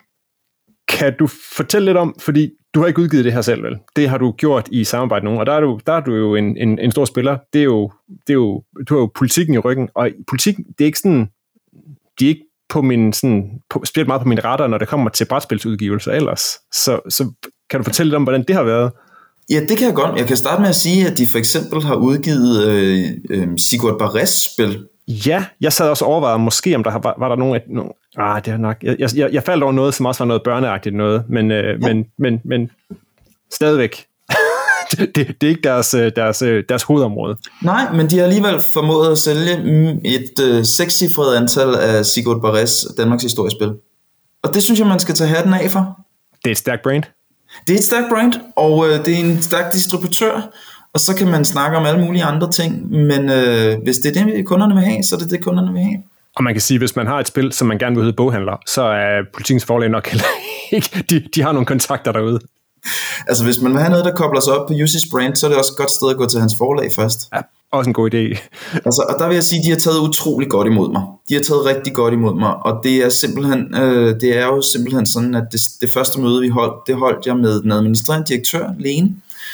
Kan du fortælle lidt om, fordi du har ikke udgivet det her selv, vel? Det har du gjort i samarbejde med nogen, og der er du, der er du jo en, en, en stor spiller. Det er jo, det er jo, du har jo politikken i ryggen, og politik, det er ikke sådan, de er ikke på min, sådan, på, spillet meget på mine radar, når det kommer til brætspilsudgivelser ellers. Så, så kan du fortælle lidt om, hvordan det har været? Ja, det kan jeg godt. Jeg kan starte med at sige, at de for eksempel har udgivet øh, øh, Sigurd Barrés spil. Ja, jeg sad også og overvejede, måske om der var, var der nogen af... Nogen, ah, det er nok... Jeg, jeg, jeg faldt over noget, som også var noget børneagtigt noget, men, øh, ja. men, men, men stadigvæk. det, det er ikke deres, deres, deres hovedområde. Nej, men de har alligevel formået at sælge et øh, sekscifret antal af Sigurd Barrés Danmarks historiespil. Og det synes jeg, man skal tage hatten af for. Det er et stærkt brand. Det er et stærkt brand, og øh, det er en stærk distributør. Og så kan man snakke om alle mulige andre ting, men øh, hvis det er det, kunderne vil have, så er det det, kunderne vil have. Og man kan sige, hvis man har et spil, som man gerne vil hedde boghandler, så er Politikens Forlag nok heller ikke. De, de har nogle kontakter derude. Altså hvis man vil have noget, der kobler sig op på Jussis brand, så er det også et godt sted at gå til hans forlag først. Ja, også en god idé. Altså, og der vil jeg sige, at de har taget utrolig godt imod mig. De har taget rigtig godt imod mig, og det er simpelthen, øh, det er jo simpelthen sådan, at det, det første møde, vi holdt, det holdt jeg med den administrerende direktør, Lene,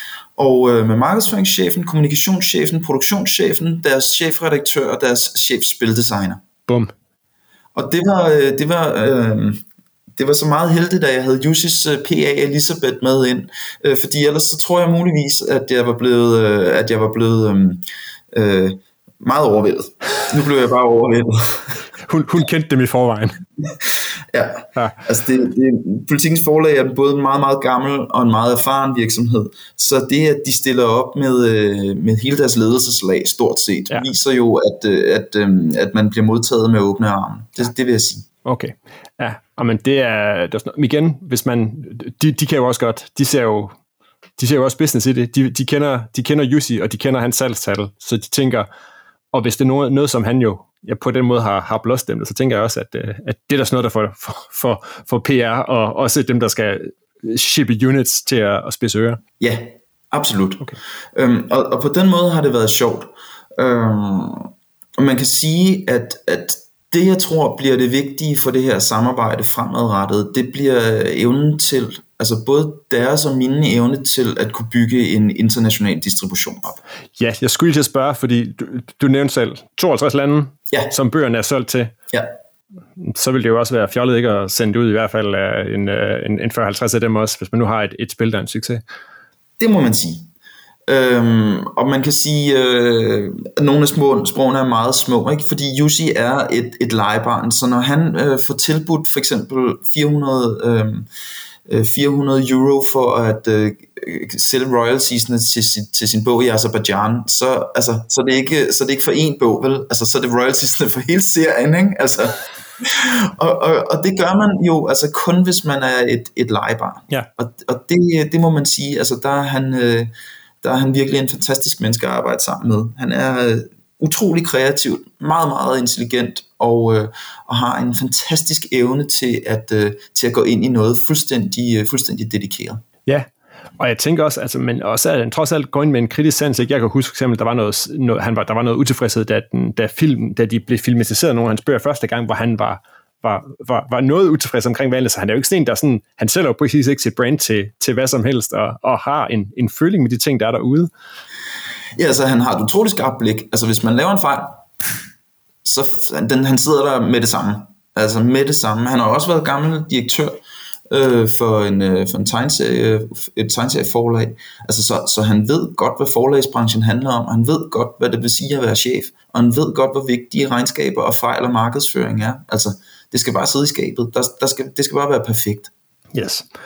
og øh, med markedsføringschefen, kommunikationschefen, produktionschefen, deres chefredaktør og deres chefspildesigner. Bum. Og det var, øh, det var, øh, det var så meget heldigt, at jeg havde Jussis øh, P A Elisabeth med ind, øh, fordi ellers så tror jeg muligvis, at jeg var blevet, øh, at jeg var blevet øh, øh, meget overvældet. Nu blev jeg bare overvældet. Hun, hun kendte dem i forvejen. Ja, ja. Altså det, det, Politikens Forlag er både meget, meget gammel og en meget erfaren virksomhed, så det, at de stiller op med, med hele deres ledelseslag stort set, ja. viser jo, at, at, at man bliver modtaget med åbne arme. Det, det vil jeg sige. Okay, ja, men det er, det er sådan, igen, hvis man, de, de kan jo også godt, de ser jo, de ser jo også business i det, de, de kender, de kender Jussi, og de kender hans salgstal, så de tænker, og hvis det er noget, noget som han jo ja, på den måde har, har blåstemplet, så tænker jeg også, at, at det er der sådan noget, der får for, for, for P R, og også dem, der skal shippe units til at, at spidse ører. Ja, absolut. Okay. Øhm, og, og på den måde har det været sjovt. Øhm, og man kan sige, at, at det, jeg tror, bliver det vigtige for det her samarbejde fremadrettet, det bliver evnen til, altså både deres og mine evne til at kunne bygge en international distribution op. Ja, jeg skulle lige til at spørge, fordi du, du nævnte selv tooghalvtreds lande, ja. som bøgerne er solgt til. Ja. Så vil det jo også være fjollet ikke at sende det ud i hvert fald en, en, en fyrre halvtreds af dem også, hvis man nu har et, et spil, der er en succes. Det må man sige. Øhm, og man kan sige øh, at nogle af små, sprogene er meget små, ikke? Fordi Jussi er et, et legebarn, så når han øh, får tilbudt for eksempel fire hundrede, øh, fire hundrede euro for at øh, sælge royaltiesne til, til sin bog i Azerbaijan, så, altså, så, er det ikke, så er det ikke for én bog, vel? Altså, så er det royaltiesne for hele serien, ikke? Altså, og, og, og det gør man jo altså kun hvis man er et, et legebarn. Ja. Og, og det, det må man sige, altså der er han øh, der er han virkelig en fantastisk menneske at arbejde sammen med. Han er øh, utrolig kreativ, meget, meget intelligent, og, øh, og har en fantastisk evne til at, øh, til at gå ind i noget fuldstændig, øh, fuldstændig dedikeret. Ja, og jeg tænker også, altså, men også at han trods alt går ind med en kritisk sans. Ikke? Jeg kan huske for eksempel, der var noget, noget, han var, der var noget utilfredshed, da, den, da, film, da de blev filmatiseret nogle af hans bøger første gang, hvor han var, var, var, var noget utilfreds omkring valget, så han er jo ikke sådan en, der sådan, han sælger jo præcis ikke sit brand til, til hvad som helst, og, og har en, en føling med de ting, der er derude. Ja, altså han har et utroligt skarpt blik. Altså hvis man laver en fejl, så den, han sidder der med det samme. Altså med det samme. Han har også været gammel direktør øh, for en, øh, for en tegneserie, et tegneserieforlag. Altså så, så han ved godt, hvad forlagsbranchen handler om. Han ved godt, hvad det vil sige at være chef. Og han ved godt, hvor vigtige regnskaber og fejl og markedsføring er. Altså det skal bare sidde i skabet. Der, der skal, det skal bare være perfekt. Yes.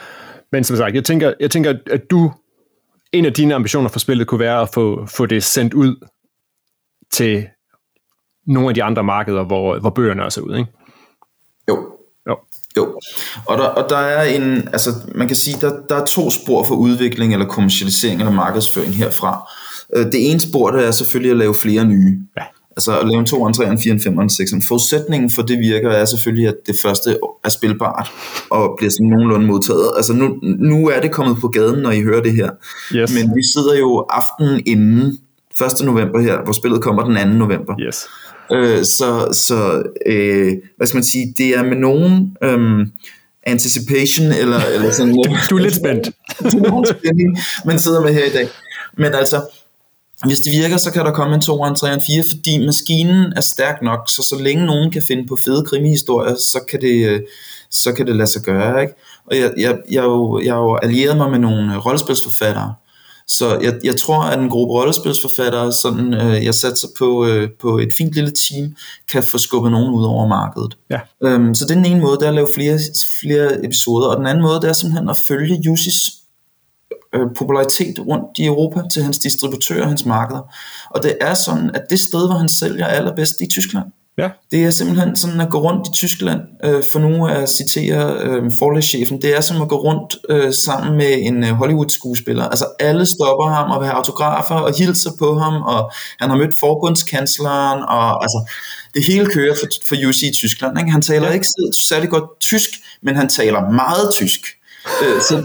Men som sagt, jeg tænker, jeg tænker, at du, en af dine ambitioner for spillet kunne være at få, få det sendt ud til nogle af de andre markeder, hvor, hvor bøgerne også er ude, ikke? Jo. Jo. Jo. Og der, og der er en, altså man kan sige, der, der er to spor for udvikling eller kommercialisering eller markedsføring herfra. Det ene spor, der er selvfølgelig at lave flere nye. Ja. Altså at lave en toeren, treeren, firen, femeren, sekseren. Forudsætningen for det virker er selvfølgelig, at det første er spilbart og bliver sådan nogenlunde modtaget. Altså nu, nu er det kommet på gaden, når I hører det her. Yes. Men vi sidder jo aftenen inden første november her, hvor spillet kommer den anden november. Yes. Øh, så så øh, hvad skal man sige, det er med nogen øh, anticipation eller, eller sådan du, du er lidt spændt. Det er nogen spænding, man sidder med her i dag. Men altså, hvis det virker, så kan der komme en to, en tre, en fire, fordi maskinen er stærk nok, så så længe nogen kan finde på fede krimihistorier, så kan det, så kan det lade sig gøre, ikke? Og jeg, jeg, jeg, jo, jeg har jo allieret mig med nogle rollespilsforfattere, så jeg, jeg tror, at en gruppe rollespilsforfattere, sådan, øh, jeg satser på, øh, på et fint lille team, kan få skubbet nogen ud over markedet. Ja. Øhm, så det er den ene måde, det er at lave flere, flere episoder, og den anden måde, det er simpelthen at følge Jussis popularitet rundt i Europa til hans distributører og hans markeder. Og det er sådan, at det sted, hvor han sælger allerbedst, i Tyskland. Ja. Det er simpelthen sådan at gå rundt i Tyskland, øh, for nu at citere øh, forlægschefen, det er som at gå rundt øh, sammen med en øh, Hollywood-skuespiller. Altså alle stopper ham og vil have autografer og hilser på ham, og han har mødt forbundskansleren, og altså det hele kører for, for Jussi i Tyskland. Ikke? Han taler ja. ikke særlig godt tysk, men han taler meget tysk. Øh, så,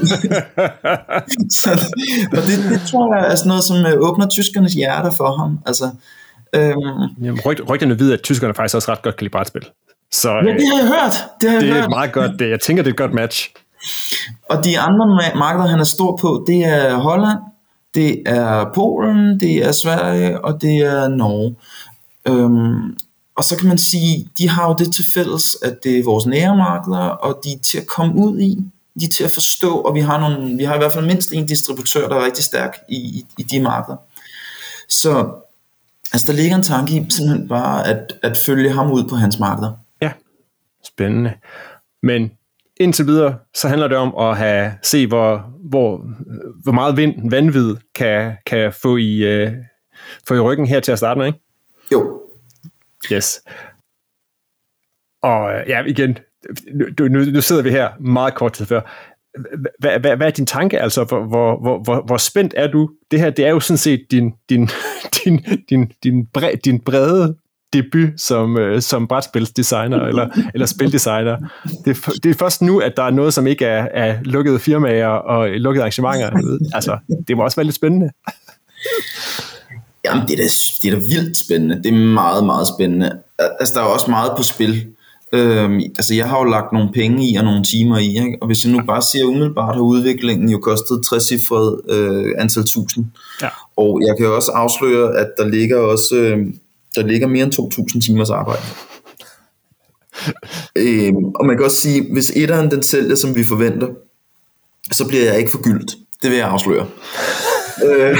så, og det, det tror jeg er sådan noget, som åbner tyskernes hjerter for ham. Altså, øhm, Jamen, ryg, rygterne ved, at tyskerne faktisk også ret godt kan lide brætspil. Så, ja, det har jeg hørt. Det, har jeg det er hørt. et meget godt, det, jeg tænker, det er et godt match. Og de andre markeder, han er stor på, det er Holland, det er Polen, det er Sverige, og det er Norge. Øhm, og så kan man sige, de har jo det til fælles, at det er vores nære markeder, og de er til at komme ud i. De er til at forstå, og vi har, nogle, vi har i hvert fald mindst en distributør, der er rigtig stærk i, i, i de markeder. Så altså, der ligger en tanke i simpelthen bare at, at følge ham ud på hans markeder. Ja, spændende. Men indtil videre, så handler det om at have, se, hvor, hvor, hvor meget vind, vanvid kan, kan få, i, uh, få i ryggen her til at starte med, ikke? Jo. Yes. Og ja, igen, nu, nu, nu sidder vi her meget kort tid før. Hvad, hvad, hvad er din tanke? Altså, hvor, hvor, hvor, hvor spændt er du? Det her, det er jo sådan set din, din, din, din, din, bred, din brede debut som, øh, som brætspilsdesigner eller, eller spildesigner. Det, det er først nu, at der er noget, som ikke er, er lukkede firmaer og lukkede arrangementer. Altså, det må også være lidt spændende. Jamen, det er, da, det er da vildt spændende. Det er meget, meget spændende. Altså, der er også meget på spil. Øhm, altså jeg har jo lagt nogle penge i og nogle timer i, ikke? Og hvis jeg nu bare siger umiddelbart, har udviklingen jo kostet trecifret øh, antal tusind. Ja. Og jeg kan jo også afsløre, at der ligger også øh, der ligger mere end to tusind timers arbejde. øhm, og man kan også sige, hvis etteren den sælger, som vi forventer, så bliver jeg ikke forgyldt. Det vil jeg afsløre. det,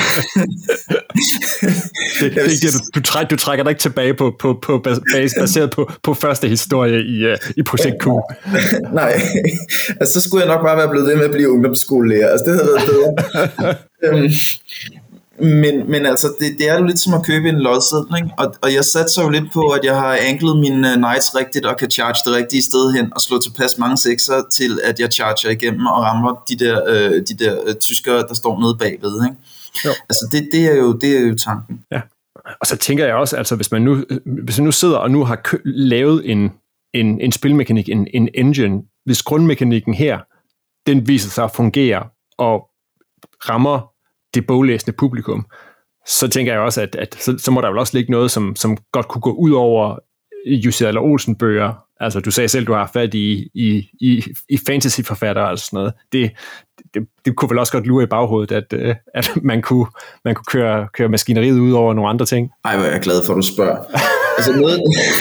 det, det, du, du, træk, du trækker dig ikke tilbage på, på, på base, baseret på, på første historie i, uh, i projekt Q. Nej, altså så skulle jeg nok bare være blevet ved med at blive ungdomsskolelærer. Altså det havde været bedre. øhm, men, men altså det, det er jo lidt som at købe en lodseddel, ikke? Og, og jeg satser jo lidt på, at jeg har anklet mine knights rigtigt og kan charge det rigtige sted hen og slå tilpas mange sekser til, at jeg charger igennem og rammer de der, øh, de der øh, tyskere, der står nede bagved, ikke? Jo. Altså det, det, er jo, det er jo tanken. Ja. Og så tænker jeg også, altså hvis man nu, hvis man nu sidder og nu har kø- lavet en, en, en spilmekanik, en, en engine, hvis grundmekanikken her, den viser sig at fungere og rammer det boglæsende publikum, så tænker jeg også, at, at så, så må der vel også ligge noget, som, som godt kunne gå ud over Jussi Adler-Olsen bøger. Altså, du sagde selv, du har fat i, i, i, i fantasyforfattere og sådan noget. Det, det, det kunne vel også godt lure i baghovedet, at, at man kunne, man kunne køre, køre maskineriet ud over nogle andre ting. Ej, hvor er jeg glad for, at du spørger. altså, noget...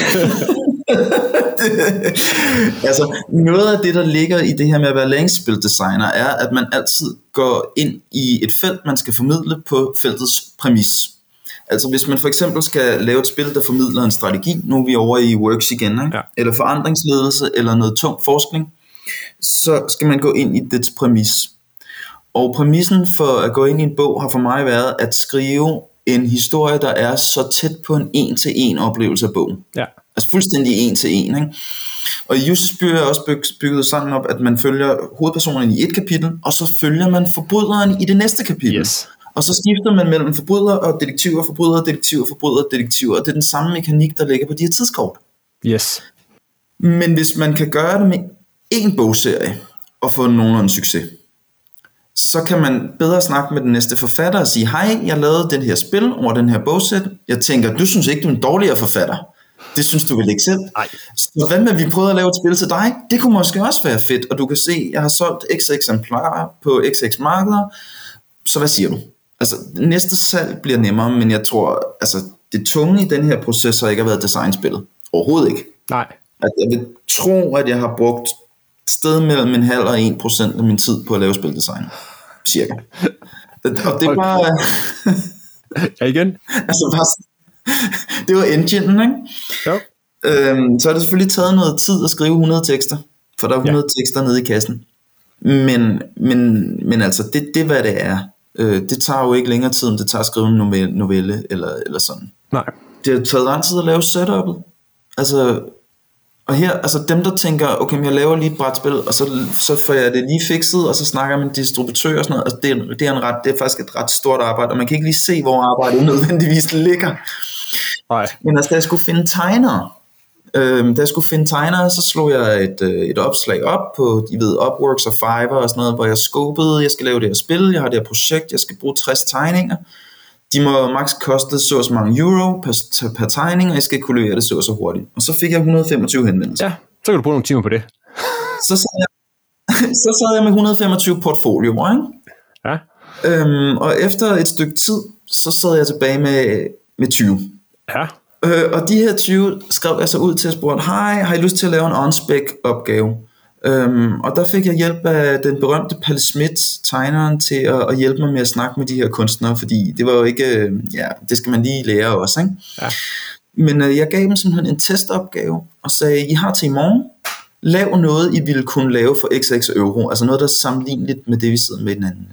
altså, noget af det, der ligger i det her med at være læringsspildesigner, er, at man altid går ind i et felt, man skal formidle på feltets præmis. Altså hvis man for eksempel skal lave et spil, der formidler en strategi, nu er vi over i Works igen, ikke? Ja. Eller forandringsledelse, eller noget tung forskning, så skal man gå ind i dets præmis. Og præmissen for at gå ind i en bog har for mig været at skrive en historie, der er så tæt på en en-til-en oplevelse af bogen. Ja. Altså fuldstændig en-til-en, ikke? Og i Jusses By er også byg, bygget sådan op, at man følger hovedpersonen i et kapitel, og så følger man forbryderen i det næste kapitel. Yes. Og så skifter man mellem forbryder og detektiver, forbryder, detektiver, forbryder, detektiver. Og det er den samme mekanik, der ligger på de her tidskort. Yes. Men hvis man kan gøre det med én bogserie og få nogenlunde succes, så kan man bedre snakke med den næste forfatter og sige, hej, jeg lavede den her spil over den her bogsæt. Jeg tænker, du synes ikke, du er en dårligere forfatter. Det synes du vel ikke selv? Nej. Så hvad med, at vi prøvede at lave et spil til dig? Det kunne måske også være fedt, og du kan se, jeg har solgt x eksemplarer på x x markeder. Så hvad siger du? Altså, næste salg bliver nemmere, men jeg tror, altså, det tunge i den her proces har ikke været designspillet. Overhovedet ikke. Nej. At jeg vil tro, at jeg har brugt et sted mellem en halv og en procent af min tid på at lave spildesign. Cirka. Og det var... ja, igen? Altså, bare, det var enginen, ikke? Jo. Øhm, så har det selvfølgelig taget noget tid at skrive hundrede tekster, for der er hundrede ja. tekster nede i kassen. Men, men, men altså, det, det er hvad det er. Øh, det tager jo ikke længere tid, end det tager at skrive en novelle, novelle eller, eller sådan. Nej. Det har taget lang tid at lave setup'et. Altså, og her, altså dem der tænker, okay, men jeg laver lige et brætspil, og så, så får jeg det lige fikset, og så snakker jeg med en distributør og sådan noget. Altså, det, er, det, er en ret, det er faktisk et ret stort arbejde, og man kan ikke lige se, hvor arbejdet nødvendigvis ligger. Nej. Men altså, da jeg skulle finde tegnere, øh, da jeg skulle finde tegnere, så slog jeg et, øh, et opslag op på, I ved, Upworks og Fiverr og sådan noget, hvor jeg scopede, jeg skal lave det her spil, jeg har det her projekt, jeg skal bruge tres tegninger. De må maks koste så og så mange euro per, per tegning, og jeg skal kunne levere det så og så hurtigt. Og så fik jeg et hundrede og femogtyve henvendelser. Ja, så kan du bruge nogle timer på det. Så sad jeg, så sad jeg med et hundrede og femogtyve portfolioer, ikke? Ja. Øhm, og efter et stykke tid, så sad jeg tilbage med, med tyve. Ja. Øh, og de her tyve skrev jeg så ud til at spørge, hej, har I lyst til at lave en on-spec opgave? Øhm, og der fik jeg hjælp af den berømte Palle Schmidt, tegneren, til at, at hjælpe mig med at snakke med de her kunstnere, fordi det var jo ikke, ja, det skal man lige lære også, ikke? Ja. Men øh, jeg gav dem simpelthen en testopgave, og sagde, I har til i morgen, lav noget, I ville kunne lave for x x euro, altså noget, der er sammenligneligt med det, vi sidder med i den anden.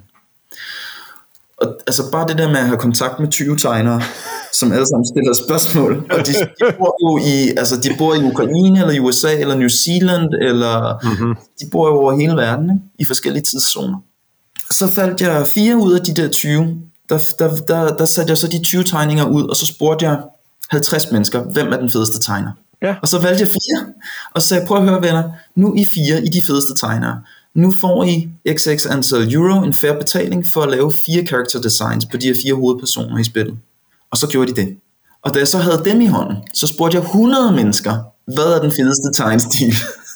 Og altså bare det der med at have kontakt med tyve tegnere, som alle sammen stiller spørgsmål, og de, de bor jo i, altså de bor i Ukraine, eller i U S A, eller New Zealand, eller mm-hmm. de bor jo over hele verden, ikke? I forskellige tidszoner. Så faldt jeg fire ud af de der tyve, der, der, der, der satte jeg så de tyve tegninger ud, og så spurgte jeg halvtreds mennesker, hvem er den fedeste tegner? Ja. Og så valgte jeg fire, og så sagde, prøv at høre venner, nu I fire, I de fedeste tegnere. Nu får I xx antal euro, en fair betaling, for at lave fire character designs på de her fire hovedpersoner i spillet. Og så gjorde de det. Og da jeg så havde dem i hånden, så spurgte jeg hundrede mennesker, hvad er den fedeste tegnstil?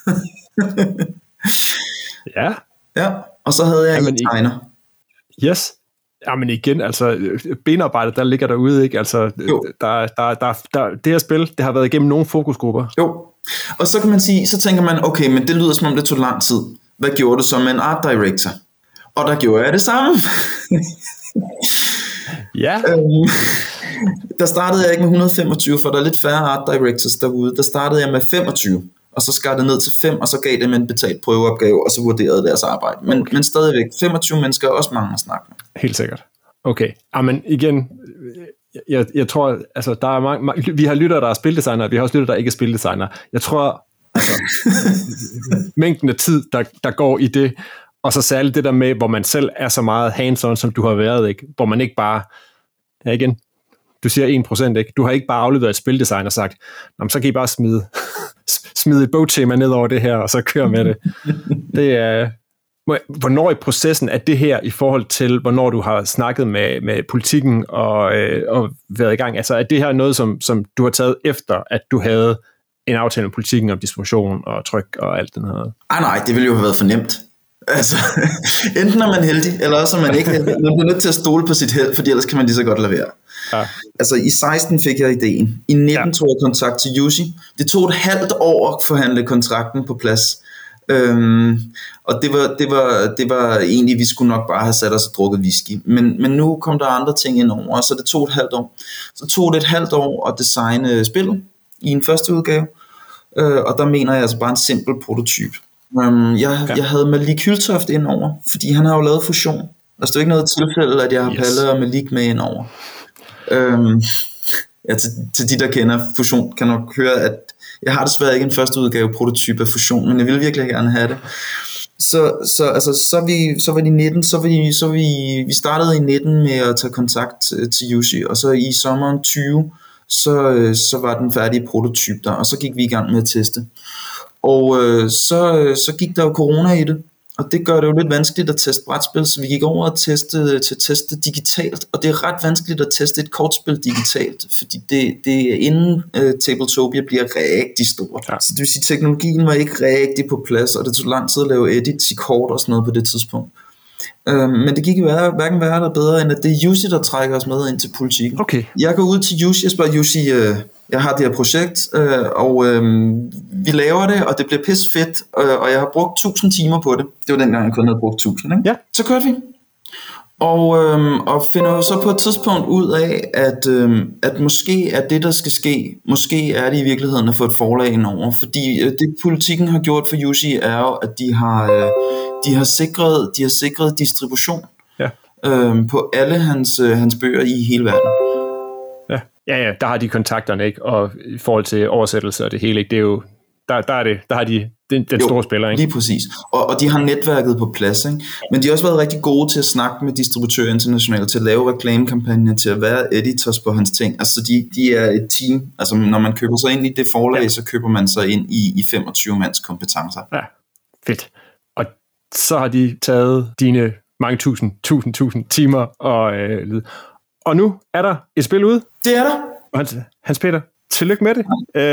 Ja. Ja, og så havde jeg Jamen, en tegner. Yes. Jamen igen, altså benarbejdet, der ligger derude, ikke? Altså, der, der, der, der, det her spil, det har været igennem nogle fokusgrupper. Jo, og så kan man sige, så tænker man, okay, men det lyder som om det tog lang tid. Hvad gjorde du så med en art director? Og der gjorde jeg det samme. Ja. øhm, der startede jeg ikke med et hundrede og femogtyve, for der er lidt færre art directors derude. Der startede jeg med femogtyve, og så skar det ned til fem, og så gav dem en betalt prøveopgave, og så vurderede deres arbejde. Men, okay. men stadigvæk, femogtyve mennesker er også mange at snakke med. Helt sikkert. Okay, men igen, jeg, jeg tror, altså der er mange, vi har lyttere, der er spildesignere, vi har også lyttere, der ikke er spildesignere. Jeg tror, altså, mængden af tid, der, der går i det, og så særligt det der med, hvor man selv er så meget hands-on, som du har været, ikke? Hvor man ikke bare, ja igen, du siger en procent, ikke? Du har ikke bare afleveret et spildesign og sagt, så kan I bare smide, smide et bogtema ned over det her, og så køre med det. Det er, hvornår i processen er det her i forhold til, hvornår du har snakket med, med politikken og, øh, og været i gang? Altså er det her noget, som, som du har taget efter, at du havde en aftale med politikken om distribution og tryk og alt den her? Ah, nej, det ville jo have været for nemt. Altså, enten er man heldig, eller også er man ikke heldig. Man bliver nødt til at stole på sit held, fordi ellers kan man lige så godt lade være. Ja. Altså i seksten fik jeg ideen. I nitten ja. tog jeg kontakt til Jussi. Det tog et halvt år at forhandle kontrakten på plads. Øhm, og det var, det, var, det var egentlig, vi skulle nok bare have sat os og drukket whisky. Men, men nu kom der andre ting ind over, så det tog et halvt år. Så tog det et halvt år at designe spillet i en første udgave. Øh, og der mener jeg altså bare en simpel prototyp. Um, jeg, ja. jeg havde Malik Hyltoft ind over, fordi han har jo lavet fusion. Altså det er ikke noget tilfælde, at jeg har yes. Palle og Malik med ind over. Um, ja, til, til de, der kender fusion, kan nok høre, at jeg har desværre ikke en første udgave prototype af fusion, men jeg vil virkelig gerne have det. Så, så, altså, så, vi, så var de nitten, så, var de, så vi, vi startede i nitten med at tage kontakt til, til Jussi, og så i sommeren tyve, så, så var den færdige prototype der, og så gik vi i gang med at teste. Og øh, så, så gik der jo corona i det, og det gør det jo lidt vanskeligt at teste brætspil, så vi gik over og teste, til at teste digitalt, og det er ret vanskeligt at teste et kortspil digitalt, fordi det, det er inden uh, Tabletopia bliver rigtig stort. Ja. Så det vil sige, at teknologien var ikke rigtig på plads, og det tog lang tid at lave edits i kort og sådan noget på det tidspunkt. Uh, men det gik jo hverken værre eller bedre, end at det er Jussi, der trækker os med ind til politikken. Okay. Jeg går ud til Jussi og spørger Jussi, uh, jeg har det her projekt, øh, og øh, vi laver det, og det bliver pisse fedt, øh, og jeg har brugt tusind timer på det. Det var dengang, jeg kun havde brugt tusind, ikke? Ja. Så kørte vi. Og, øh, og finder jo så på et tidspunkt ud af, at, øh, at måske er det, der skal ske, måske er det i virkeligheden at få et forlag indover, fordi øh, det politikken har gjort for Jussi er jo, at de har, øh, de har, sikret, de har sikret distribution ja. øh, på alle hans, øh, hans bøger i hele verden. Ja, ja, der har de kontakterne, ikke? Og i forhold til oversættelse og det hele, ikke? Det er jo, der, der, er det, der har de den, den jo, store spiller, ikke? Lige præcis. Og, og de har netværket på plads, ikke? Men de har også været rigtig gode til at snakke med distributører internationalt, til at lave reklamekampagner, til at være editors på hans ting. Altså, de, de er et team. Altså, når man køber sig ind i det forlag, ja. Så køber man sig ind i, i femogtyve mands kompetencer. Ja, fedt. Og så har de taget dine mange tusind, tusind, tusind timer og øh, og nu er der et spil ude. Det er der. Og Hans, Hans Peter, tillykke med det.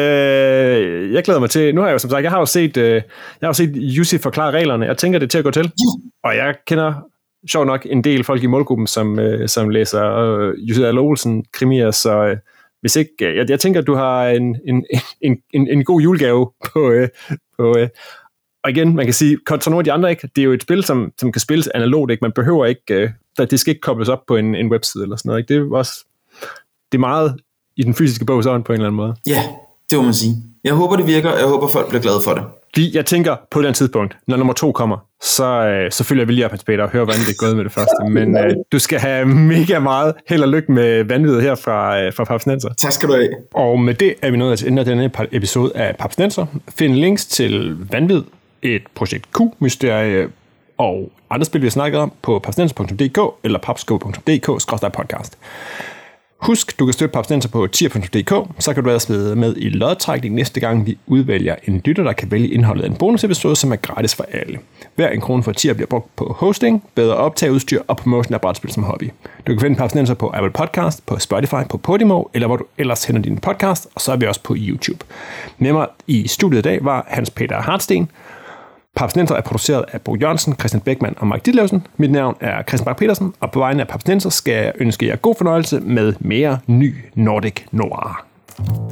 Øh, jeg glæder mig til. Nu har jeg jo som sagt, jeg har jo set, øh, jeg har jo set Jussi forklare reglerne. Jeg tænker det er til at gå til. Ja. Og jeg kender sjovt nok en del folk i målgruppen, som, øh, som læser øh, Jussi Adler Olsen krimier, så øh, hvis ikke, øh, jeg, jeg tænker, at du har en, en, en, en, en god julegave på, øh, på øh, og igen, man kan sige, kontra nogle af de andre, ikke? Det er jo et spil, som, som kan spilles analogt, ikke? Man behøver ikke, øh, det skal ikke kobles op på en, en webside eller sådan noget, ikke? Det er også, det er meget i den fysiske bog sådan på en eller anden måde. Ja, det må man sige. Jeg håber, det virker, og jeg håber, folk bliver glade for det. Jeg tænker på den tidspunkt, når nummer to kommer, så, øh, så følger jeg vildt op, Hans Peter, og hører, hvordan det er gået med det første. Men øh, du skal have mega meget held og lykke med vanvittigt her fra, øh, fra Papsnenser. Tak skal du have. Og med det er vi nået til ende af denne episode af Papsnenser. Find links til Vanvid, et projekt Q-mysterie og andre spil, vi har snakket om på papsnenser punktum d k eller papsko punktum d k skråstreg podcast. Husk, du kan støtte Papsnenser på tier punktum d k, så kan du være med i lodtrækning næste gang, vi udvælger en lytter, der kan vælge indholdet af en bonusepisode, som er gratis for alle. Hver en krone for tier bliver brugt på hosting, bedre optageudstyr og promotion af brætspil som hobby. Du kan finde Papsnenser på Apple Podcast, på Spotify, på Podimo, eller hvor du ellers henter din podcast, og så er vi også på YouTube. Med mig i studiet i dag var Hans Peter Hartsten. Papsnenser er produceret af Bo Jørgensen, Christian Beckmann og Mike Ditlevsen. Mit navn er Christian Bak Petersen, og på vegne af Papsnenser skal jeg ønske jer god fornøjelse med mere ny Nordic Noir.